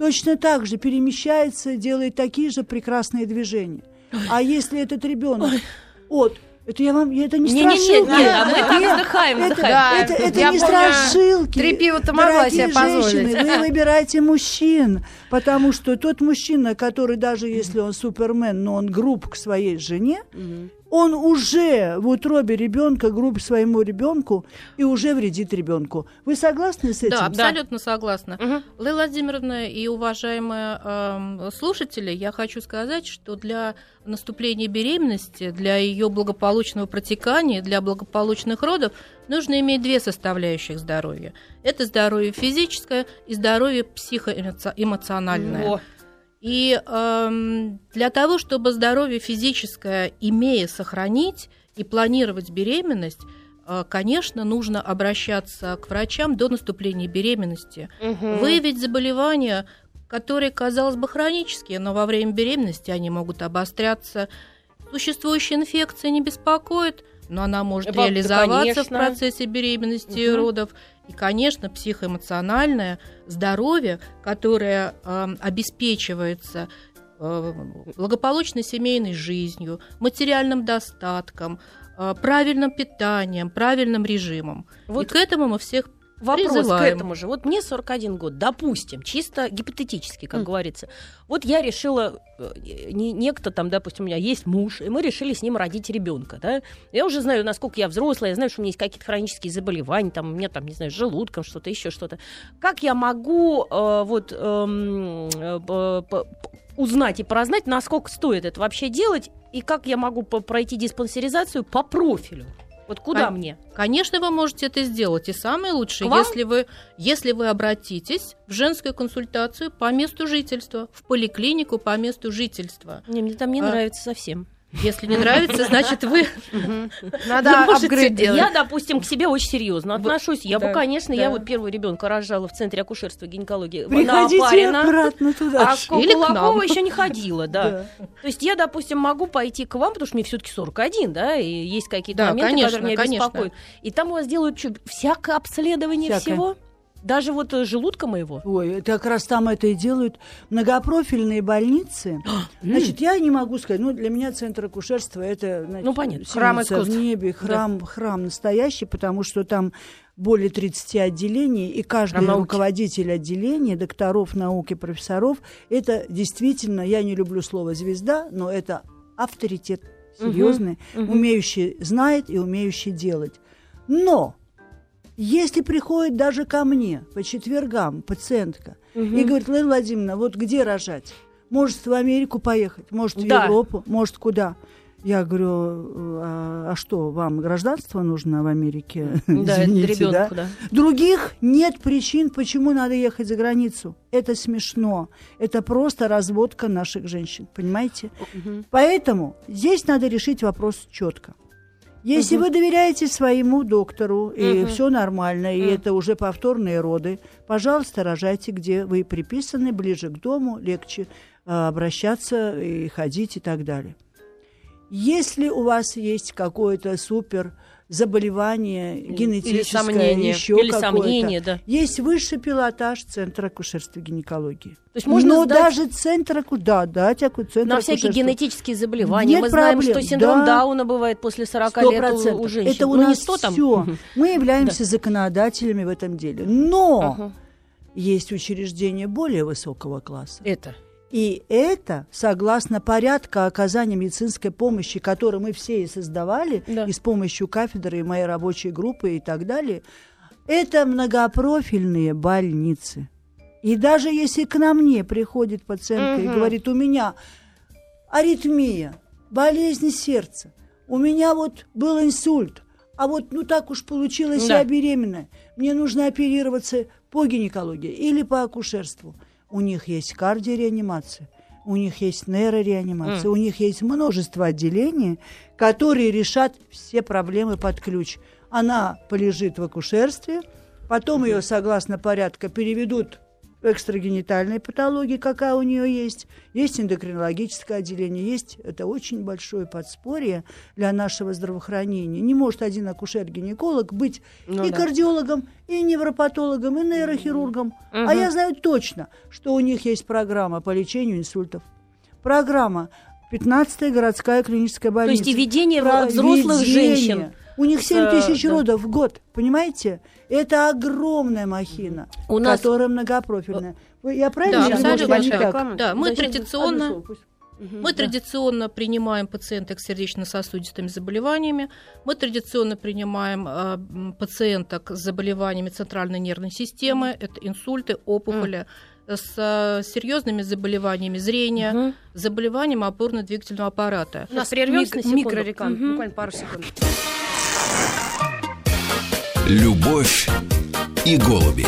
точно так же перемещается, делает такие же прекрасные движения. А если этот ребенок от... Это я вам, это не страшилки. Нет, нет, а мы так вздыхаем, это, вздыхаем. Да, это, это, это не страшилки. Три пива-то могла себе позволить. Женщины, вы выбираете мужчин, потому что тот мужчина, который даже если он супермен, но он груб к своей жене, угу. он уже в утробе ребенка груб к своему ребенку и уже вредит ребенку. Вы согласны с этим? Да, абсолютно да. согласна. Угу. Лейла Владимировна и уважаемые э, слушатели, я хочу сказать, что для наступления беременности, для ее благополучного протекания, для благополучных родов нужно иметь две составляющих здоровья. Это здоровье физическое и здоровье психоэмоциональное. О. И э, для того, чтобы здоровье физическое, имея, сохранить и планировать беременность, э, конечно, нужно обращаться к врачам до наступления беременности, угу. выявить заболевания, которые, казалось бы, хронические, но во время беременности они могут обостряться. Существующая инфекция не беспокоит, но она может да, реализоваться да, в процессе беременности угу. и родов. И, конечно, психоэмоциональное здоровье, которое э, обеспечивается э, благополучной семейной жизнью, материальным достатком, э, правильным питанием, правильным режимом. Вот и к этому мы всех Вопрос призываем. К этому же. Вот мне сорок один год, допустим, чисто гипотетически, как mm. говорится. Вот я решила, не, некто там, допустим, у меня есть муж, и мы решили с ним родить ребенка, да? Я уже знаю, насколько я взрослая, я знаю, что у меня есть какие-то хронические заболевания, там, у меня там, не знаю, с желудком что-то, еще что-то. Как я могу э, вот э, э, э, узнать и прознать, насколько стоит это вообще делать, и как я могу пройти диспансеризацию по профилю? Вот куда Кон- мне? Конечно, вы можете это сделать. И самое лучшее, если вы, если вы обратитесь в женскую консультацию по месту жительства, в поликлинику по месту жительства. Не, мне там не а, нравится совсем. Если не нравится, значит, вы... Надо апгрейд делать. Я, допустим, к себе очень серьезно отношусь. Я бы, конечно, да. я вот первого ребенка рожала в Центре акушерства и гинекологии. Приходите обратно туда. А к Кулакова еще не ходила, да. То есть я, допустим, могу пойти к вам, потому что мне все-таки сорок один, да, и есть какие-то моменты, которые меня беспокоят. И там у вас делают всякое обследование всего. Даже вот желудка моего? Ой, это как раз там это и делают. Многопрофильные больницы. Значит, я не могу сказать, ну, для меня центр акушерства это, значит, ну, понятно. Храм в небе, храм, да. храм настоящий, потому что там более тридцати отделений, и каждый руководитель отделения, докторов науки, профессоров, это действительно, я не люблю слово «звезда», но это авторитет серьезный, угу, угу. умеющий знает и умеющий делать. Но если приходит даже ко мне по четвергам пациентка угу. и говорит: Лейла Владимировна, вот где рожать? Может, в Америку поехать, может, в да. Европу, может, куда? Я говорю: а, а что, вам гражданство нужно в Америке? Да, Извините, ребенку, да? да. Других нет причин, почему надо ехать за границу. Это смешно. Это просто разводка наших женщин, понимаете? Угу. Поэтому здесь надо решить вопрос четко. Если угу. вы доверяете своему доктору, и угу. все нормально, и угу. это уже повторные роды, пожалуйста, рожайте, где вы приписаны, ближе к дому, легче а, обращаться и ходить и так далее. Если у вас есть какое-то супер заболевание генетическое, или сомнение, еще или какое-то, сомнение, да. есть высший пилотаж Центра акушерства и гинекологии. То есть можно Но сдать... даже центр акушерства, да, да, центр на акушерства. всякие генетические заболевания. Нет Мы знаем, проблем. что синдром да. Дауна бывает после сорока лет у, у женщин. Это у ну, нас не сто там. все. Мы являемся да. законодателями в этом деле. Но ага. есть учреждения более высокого класса. Это? И это, согласно порядка оказания медицинской помощи, который мы все и создавали, да. и с помощью кафедры, и моей рабочей группы и так далее, это многопрофильные больницы. И даже если к нам не приходит пациентка угу. и говорит: у меня аритмия, болезнь сердца, у меня вот был инсульт, а вот ну так уж получилось, да. я беременная, мне нужно оперироваться по гинекологии или по акушерству. У них есть кардиореанимация, у них есть нейрореанимация, mm. у них есть множество отделений, которые решат все проблемы под ключ. Она полежит в акушерстве, потом mm-hmm. ее, согласно порядку, переведут экстрагенитальной патологии, какая у нее есть, есть эндокринологическое отделение, есть, это очень большое подспорье для нашего здравоохранения. Не может один акушер-гинеколог быть ну, и да. кардиологом, и невропатологом, и нейрохирургом. Угу. А я знаю точно, что у них есть программа по лечению инсультов. Программа пятнадцатая городская клиническая больница. То есть и ведение Про взрослых ведение. женщин. У них семь тысяч да. родов в год, понимаете? Это огромная махина, у нас... которая многопрофильная. Я правильно да, говорю? Да, да, мы традиционно... Мы да. традиционно принимаем пациенток с сердечно-сосудистыми заболеваниями, мы традиционно принимаем э, пациенток с заболеваниями центральной нервной системы, это инсульты, опухоли, mm. с э, серьезными заболеваниями зрения, mm-hmm. заболеванием опорно-двигательного аппарата. У нас прервемся на секунду. Микрореклама, mm-hmm. буквально пару секунд. Любовь и голуби.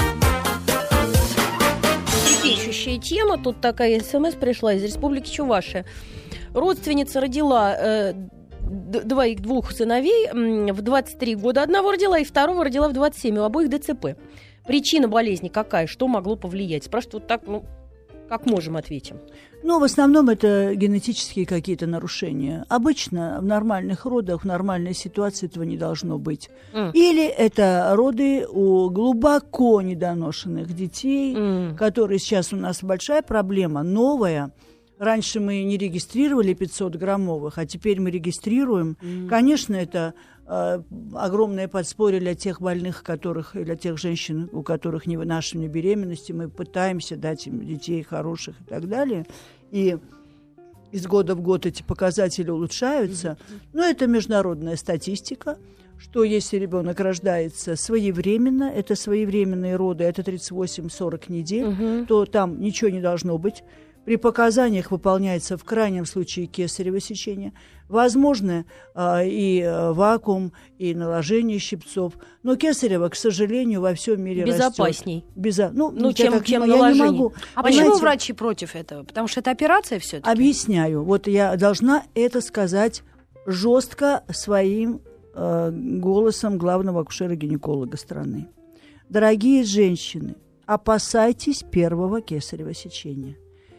Трепещущая тема. Тут такая СМС пришла из Республики Чувашия. Родственница родила э, двоих, двух сыновей э, в двадцать три года. Одного родила и второго родила в двадцать семь. У обоих ДЦП. Причина болезни какая? Что могло повлиять? Спрашивают вот так, ну, как можем, ответим. Ну, в основном это генетические какие-то нарушения. Обычно в нормальных родах, в нормальной ситуации этого не должно быть. Mm. Или это роды у глубоко недоношенных детей, mm. которые сейчас у нас большая проблема, новая. Раньше мы не регистрировали пятьсот граммовых, а теперь мы регистрируем. Mm. Конечно, это э, огромное подспорье для тех больных, которых, для тех женщин, у которых не вынашивание беременности. Мы пытаемся дать им детей хороших и так далее. И из года в год эти показатели улучшаются. Mm-hmm. Но это международная статистика, что если ребенок рождается своевременно, это своевременные роды, это тридцать восемь сорок недель, mm-hmm. то там ничего не должно быть. При показаниях выполняется в крайнем случае кесарево сечение. Возможно э, и э, вакуум, и наложение щипцов. Но кесарево, к сожалению, во всем мире безопасней. растет. Безо... Ну, ну, чем, так, чем я наложение. не могу. А Понимаете, почему врачи против этого? Потому что это операция все-таки? Объясняю. Вот я должна это сказать жестко своим э, голосом главного акушера-гинеколога страны. Дорогие женщины, опасайтесь первого кесарево сечения.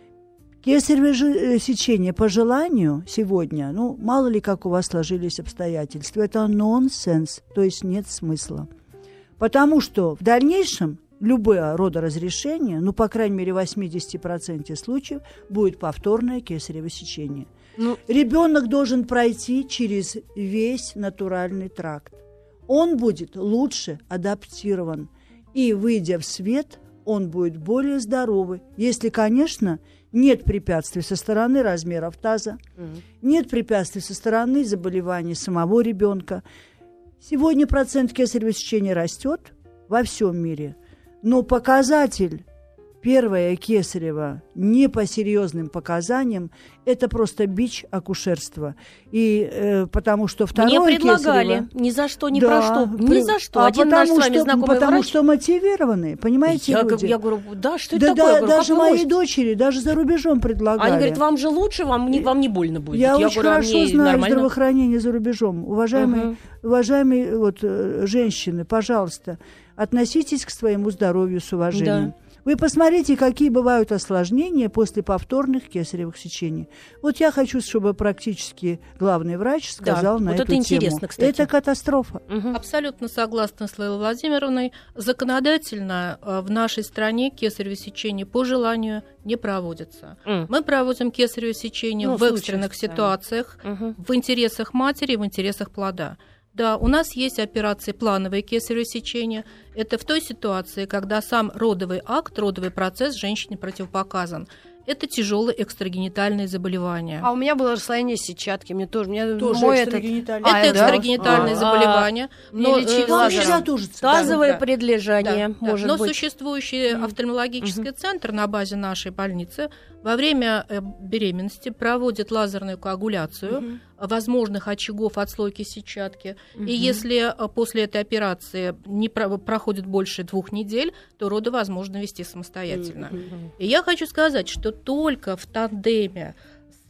Кесарево сечение по желанию сегодня, ну, мало ли как у вас сложились обстоятельства, это нонсенс, то есть нет смысла. Потому что в дальнейшем любое родоразрешение, ну, по крайней мере, в восемьдесят процентов случаев будет повторное кесарево сечение. Ну, ребенок должен пройти через весь натуральный тракт. Он будет лучше адаптирован. И, выйдя в свет, он будет более здоровый. Если, конечно, нет препятствий со стороны размеров таза, mm-hmm. нет препятствий со стороны заболеваний самого ребенка. Сегодня процент кесарево сечения растет во всем мире, но показатель первое кесарево не по серьезным показаниям это просто бич акушерства. И э, потому что второе мне предлагали кесарево, ни за что, ни да, про что, ни за что. А Один наш с вами что, знакомый потому врач. что мотивированные, понимаете, я, люди. Я говорю, да, что да, это такое? Да, говорю, даже мои можете? дочери, даже за рубежом предлагали. Они говорят, вам же лучше, вам не, вам не больно будет. Я, я очень говорю, хорошо а мне знаю нормально? Здравоохранение за рубежом. Уважаемые, угу. уважаемые вот, женщины, пожалуйста, относитесь к своему здоровью с уважением. Да. Вы посмотрите, какие бывают осложнения после повторных кесаревых сечений. Вот я хочу, чтобы практически главный врач сказал да, на вот эту это интересно, тему. Кстати. Это катастрофа. Угу. Абсолютно согласна с Лейлой Владимировной. Законодательно в нашей стране кесарево сечение по желанию не проводится. Mm. Мы проводим кесарево сечение ну, в экстренных ситуациях, угу. в интересах матери, в интересах плода. Да, у нас есть операции плановое кесарево сечение. Это в той ситуации, когда сам родовый акт, родовый процесс женщине противопоказан. Это тяжелые экстрагенитальные заболевания. А у меня было расслоение сетчатки, мне тоже, мне тоже мой экстрагенитальное. Это А, экстрагенитальные да? заболевания. А, но э, тоже тазовое да, предлежание, да, может да. Но быть. существующий mm-hmm. офтальмологический mm-hmm. центр на базе нашей больницы во время э, беременности проводит лазерную коагуляцию mm-hmm. возможных очагов отслойки сетчатки. Mm-hmm. И если э, после этой операции не про- проходит больше двух недель, то роды возможно вести самостоятельно. Mm-hmm. И я хочу сказать, что только в тандеме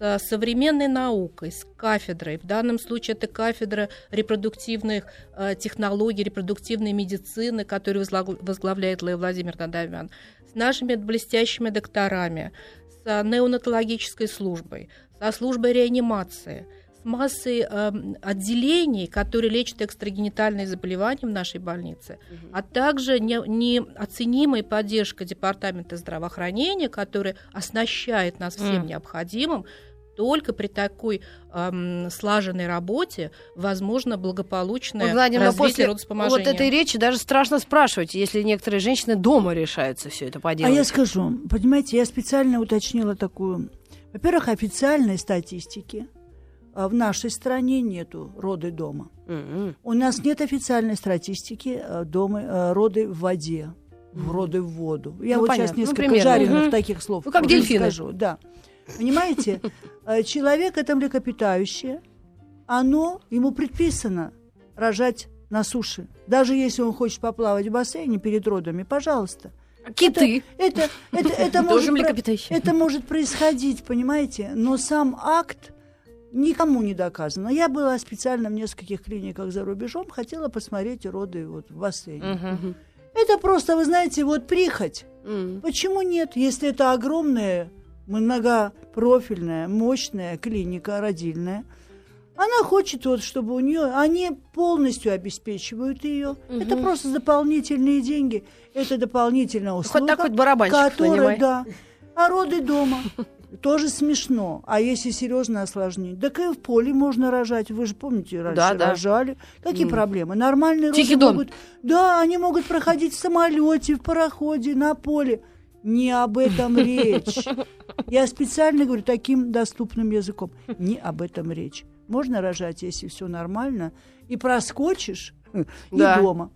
с современной наукой, с кафедрой. В данном случае это кафедра репродуктивных э, технологий, репродуктивной медицины, которую возглавляет Лея Владимировна Адамян, с нашими блестящими докторами, с неонатологической службой, со службой реанимации, с массой э, отделений, которые лечат экстрагенитальные заболевания в нашей больнице, угу. а также не, неоценимая поддержка Департамента здравоохранения, который оснащает нас всем mm. необходимым. Только при такой эм, слаженной работе возможно благополучное вот, Владимир, развитие родовспоможения. Вот этой речи даже страшно спрашивать, если некоторые женщины дома решаются все это поделать. А я скажу, понимаете, я специально уточнила такую... Во-первых, официальной статистики в нашей стране нету роды дома. Mm-hmm. У нас нет официальной статистики дома, роды в воде, mm-hmm. роды в воду. Я ну, вот понятно. Сейчас несколько ну, жареных mm-hmm. таких слов ну, как дельфины. Скажу. Да. Понимаете, человек, это млекопитающее, оно, ему предписано рожать на суше. Даже если он хочет поплавать в бассейне перед родами, пожалуйста. Киты. Это, это, это, это, может, это может происходить, понимаете, но сам акт никому не доказано. Я была специально в нескольких клиниках за рубежом, хотела посмотреть роды вот в бассейне. Uh-huh. Это просто, вы знаете, вот прихоть. Uh-huh. Почему нет? Если это огромная, многопрофильная, мощная клиника родильная, она хочет, вот, чтобы у нее, они полностью обеспечивают ее. Uh-huh. Это просто дополнительные деньги, это дополнительная услуга. Хоть так хоть барабанщик, которая, да. А роды дома. Тоже смешно. А если серьезное осложнение? Так и в поле можно рожать. Вы же помните, раньше да, да. рожали. Какие mm. проблемы? Нормальные роды могут... Да, они могут проходить в самолете, в пароходе, на поле. Не об этом речь. Я специально говорю таким доступным языком. Не об этом речь. Можно рожать, если все нормально, и проскочишь, да. и дома.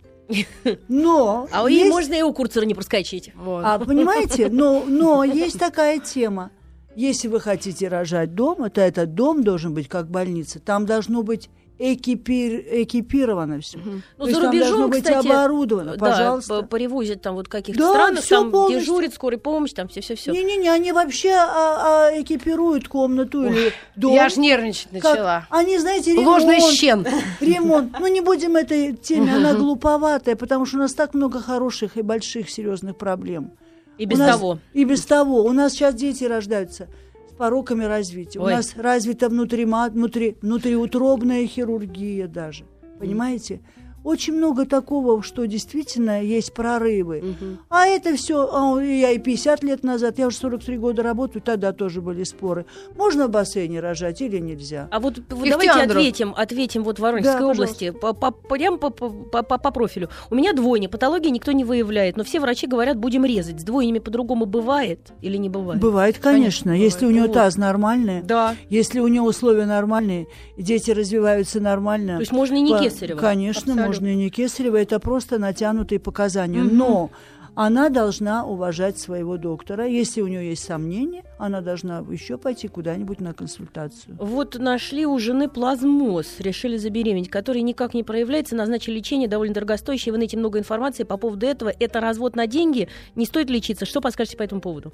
Но а есть... можно и у Курцера не проскочить. Вот. А понимаете, но, но есть такая тема. Если вы хотите рожать дома, то этот дом должен быть как больница. Там должно быть экипир, экипировано все. Угу. Ну, за рубежом, быть кстати, оборудовано. Да, пожалуйста. Перевозят там вот каких-то да, странах, там полностью. Дежурит скорая помощь, там все-все-все. Не-не-не, они вообще а, а, экипируют комнату Ой, или дом. Я аж нервничать начала. Как, они, знаете, ремонт. Ложный щен. Ремонт. Ну, не будем этой теме, она глуповатая, потому что у нас так много хороших и больших серьезных проблем. И без нас, того. И без того. У нас сейчас дети рождаются с пороками развития. Ой. У нас развита внутрима, внутри, внутриутробная хирургия даже. Понимаете? Очень много такого, что действительно есть прорывы. Угу. А это все, я и пятьдесят лет назад, я уже сорок три года работаю, тогда тоже были споры. Можно в бассейне рожать или нельзя? А вот давайте ответим, ответим вот в Воронежской да, области, по, по, прям по, по, по, по профилю. У меня двойня, патологии никто не выявляет, но все врачи говорят, будем резать. С двойнями по-другому бывает или не бывает? Бывает, конечно. конечно если бывает. У нее таз нормальный, да. если у нее условия нормальные, дети развиваются нормально. То есть можно и не кесарево? Конечно, можно. Можно и не кесарево, это просто натянутые показания. Угу. Но она должна уважать своего доктора. Если у нее есть сомнения, она должна еще пойти куда-нибудь на консультацию. Вот нашли у жены плазмоз, решили забеременеть, который никак не проявляется, назначили лечение довольно дорогостоящее. Вы найдете много информации по поводу этого. Это развод на деньги, не стоит лечиться. Что подскажете по этому поводу?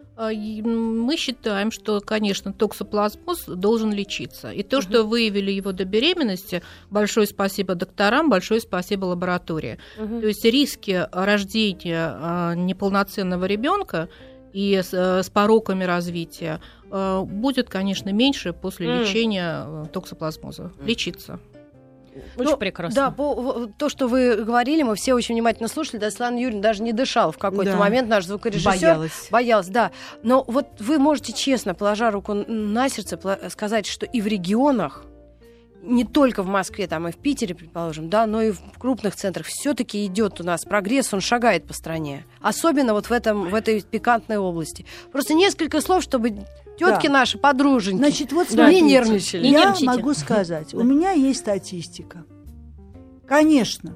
Мы считаем, что, конечно, токсоплазмоз должен лечиться. И то, uh-huh. что выявили его до беременности, большое спасибо докторам, большое спасибо лаборатории. Uh-huh. То есть риски рождения неполноценного ребенка и с, с пороками развития будет, конечно, меньше после uh-huh. лечения токсоплазмоза. Uh-huh. Лечиться. Очень ну, прекрасно. Да, по, то, что вы говорили, мы все очень внимательно слушали. Да, Светлана Юрьевна даже не дышала в какой-то да. момент, наш звукорежиссер. Боялась. Боялась, да. Но вот вы можете честно, положа руку на сердце, сказать, что и в регионах, не только в Москве, там и в Питере, предположим, да, но и в крупных центрах все-таки идет у нас прогресс, он шагает по стране. Особенно вот в, этом, в этой пикантной области. Просто несколько слов, чтобы... Тетки да. наши, подруженьки. Значит, вот смотрите, не нервничали. Я Нервничайте. могу сказать, у меня есть статистика. Конечно,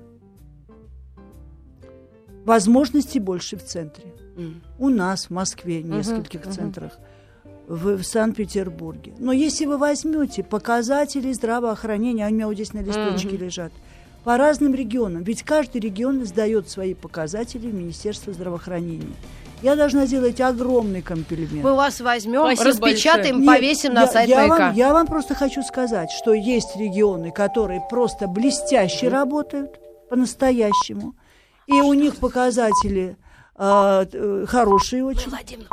возможностей больше в центре. Mm. У нас в Москве, в нескольких uh-huh, центрах, uh-huh. в, в Санкт-Петербурге. Но если вы возьмете показатели здравоохранения, они у меня вот здесь на листочке uh-huh. лежат, по разным регионам, ведь каждый регион сдает свои показатели в Министерство здравоохранения. я должна сделать огромный комплимент. Мы вас возьмем, Спасибо распечатаем, большое. повесим Нет, на я, сайт я «Маяка». вам, я вам просто хочу сказать, что есть регионы, которые просто блестяще mm-hmm. работают по-настоящему. И у них показатели э, хорошие очень. Владимир.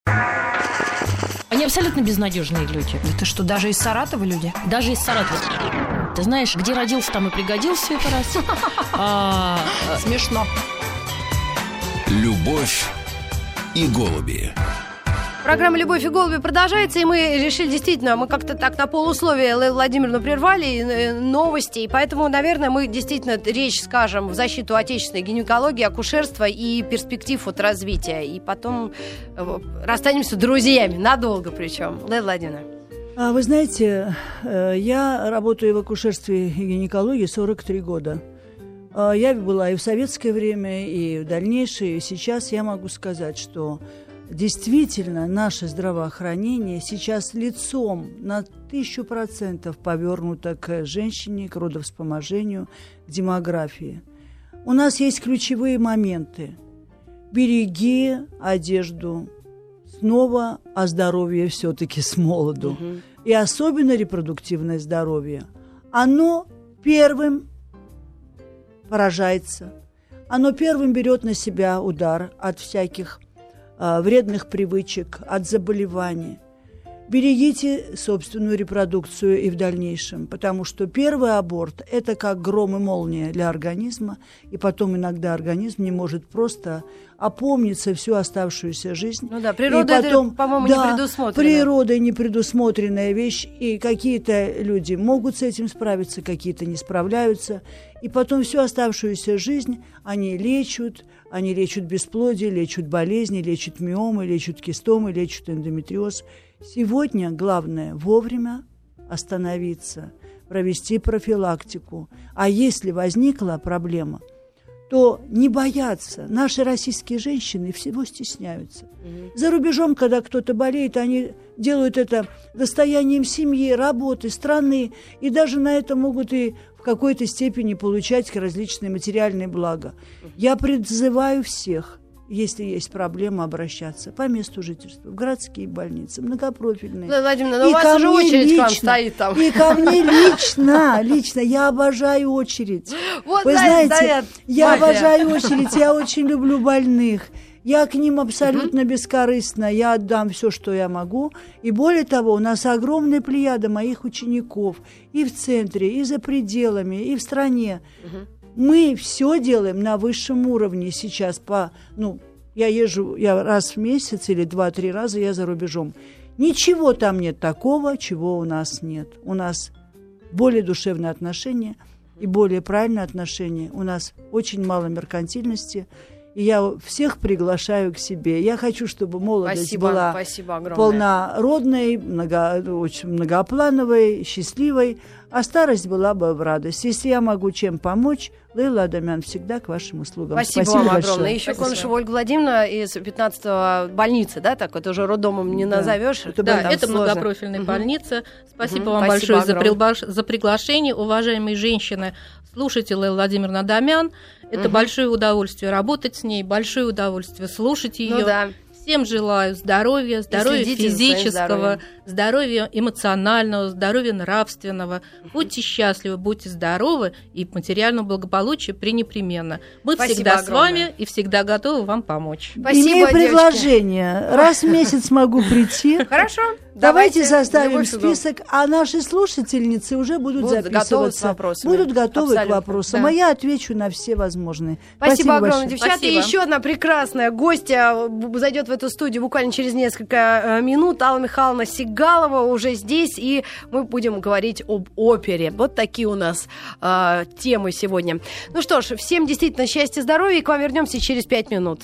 Они абсолютно безнадежные люди. Это что, даже из Саратова люди? Даже из Саратова. Ты знаешь, где родился, там и пригодился это раз. А, Смешно. Любовь и голуби. Программа «Любовь и голуби» продолжается, и мы решили действительно, мы как-то так на полусловие Лейлу Владимировну прервали новости, и поэтому, наверное, мы действительно речь скажем в защиту отечественной гинекологии, акушерства и перспектив от развития, и потом расстанемся друзьями, надолго причем. Лейла Владимировна. Вы знаете, я работаю в акушерстве и гинекологии сорок три года. Я была и в советское время, и в дальнейшее, и сейчас я могу сказать, что действительно наше здравоохранение сейчас лицом на тысячу процентов повернуто к женщине, к родовспоможению, к демографии. У нас есть ключевые моменты. Береги одежду, снова о здоровье все-таки с молоду. Угу. И особенно репродуктивное здоровье. Оно первым поражается. Оно первым берет на себя удар от всяких э, вредных привычек, от заболеваний. Берегите собственную репродукцию и в дальнейшем, потому что первый аборт – это как гром и молния для организма, и потом иногда организм не может просто опомниться всю оставшуюся жизнь. Ну да, природа потом, это, по-моему, да, не предусмотрена. Природа не предусмотренная вещь, и какие-то люди могут с этим справиться, какие-то не справляются, и потом всю оставшуюся жизнь они лечат, они лечат бесплодие, лечат болезни, лечат миомы, лечат кистомы, лечат эндометриоз. Сегодня главное вовремя остановиться, провести профилактику. А если возникла проблема, то не бояться. Наши российские женщины всего стесняются. Mm-hmm. За рубежом, когда кто-то болеет, они делают это достоянием семьи, работы, страны, и даже на это могут и в какой-то степени получать различные материальные блага. Mm-hmm. Я призываю всех, если есть проблема, обращаться по месту жительства, в городские больницы, многопрофильные. Да, Владимир, но у вас уже очередь лично, к вам стоит там. И ко мне лично, лично. Я обожаю очередь. Вот Вы знаете, стоят. Я Мафия. обожаю очередь, я очень люблю больных. Я к ним абсолютно бескорыстна, я отдам все, что я могу. И более того, у нас огромная плеяда моих учеников и в центре, и за пределами, и в стране. Мы все делаем на высшем уровне сейчас. По, ну, я езжу я раз в месяц или два-три раза я за рубежом. Ничего там нет такого, чего у нас нет. У нас более душевные отношения и более правильные отношения. У нас очень мало меркантильности. И я всех приглашаю к себе. Я хочу, чтобы молодость спасибо, была спасибо полнородной, много, очень многоплановой, счастливой, а старость была бы в радость. Если я могу чем помочь, Лейла Адамян всегда к вашим услугам. Спасибо, Спасибо вам большое. огромное. Еще Конышева Ольга Владимировна из пятнадцатой больницы, да, так это уже роддомом не да. назовешь. Это, да, это многопрофильная угу. больница. Спасибо угу. вам Спасибо большое за, прилбаш... за приглашение. Уважаемые женщины, слушайте Лейлу Владимировну Адамян. Это угу. большое удовольствие работать с ней, большое удовольствие слушать ее. Ну, да. Всем желаю здоровья, здоровья физического, здоровья эмоционального, здоровья нравственного. Будьте счастливы, будьте здоровы, и материального благополучия пренепременно. Мы Спасибо всегда огромное. С вами и всегда готовы вам помочь. Спасибо, Имею предложение. Девочки. Раз в месяц могу прийти. Хорошо. Давайте составим список, а наши слушательницы уже будут, будут записываться. Будут готовы Абсолютно. К вопросам. Да. А я отвечу на все возможные. Спасибо, Спасибо огромное, большое. девчата. Спасибо. И еще одна прекрасная гостья зайдет в эту студию буквально через несколько минут. Алла Михайловна Сигалова уже здесь, и мы будем говорить об опере. Вот такие у нас э, темы сегодня. Ну что ж, всем действительно счастья, здоровья, и к вам вернемся через пять минут.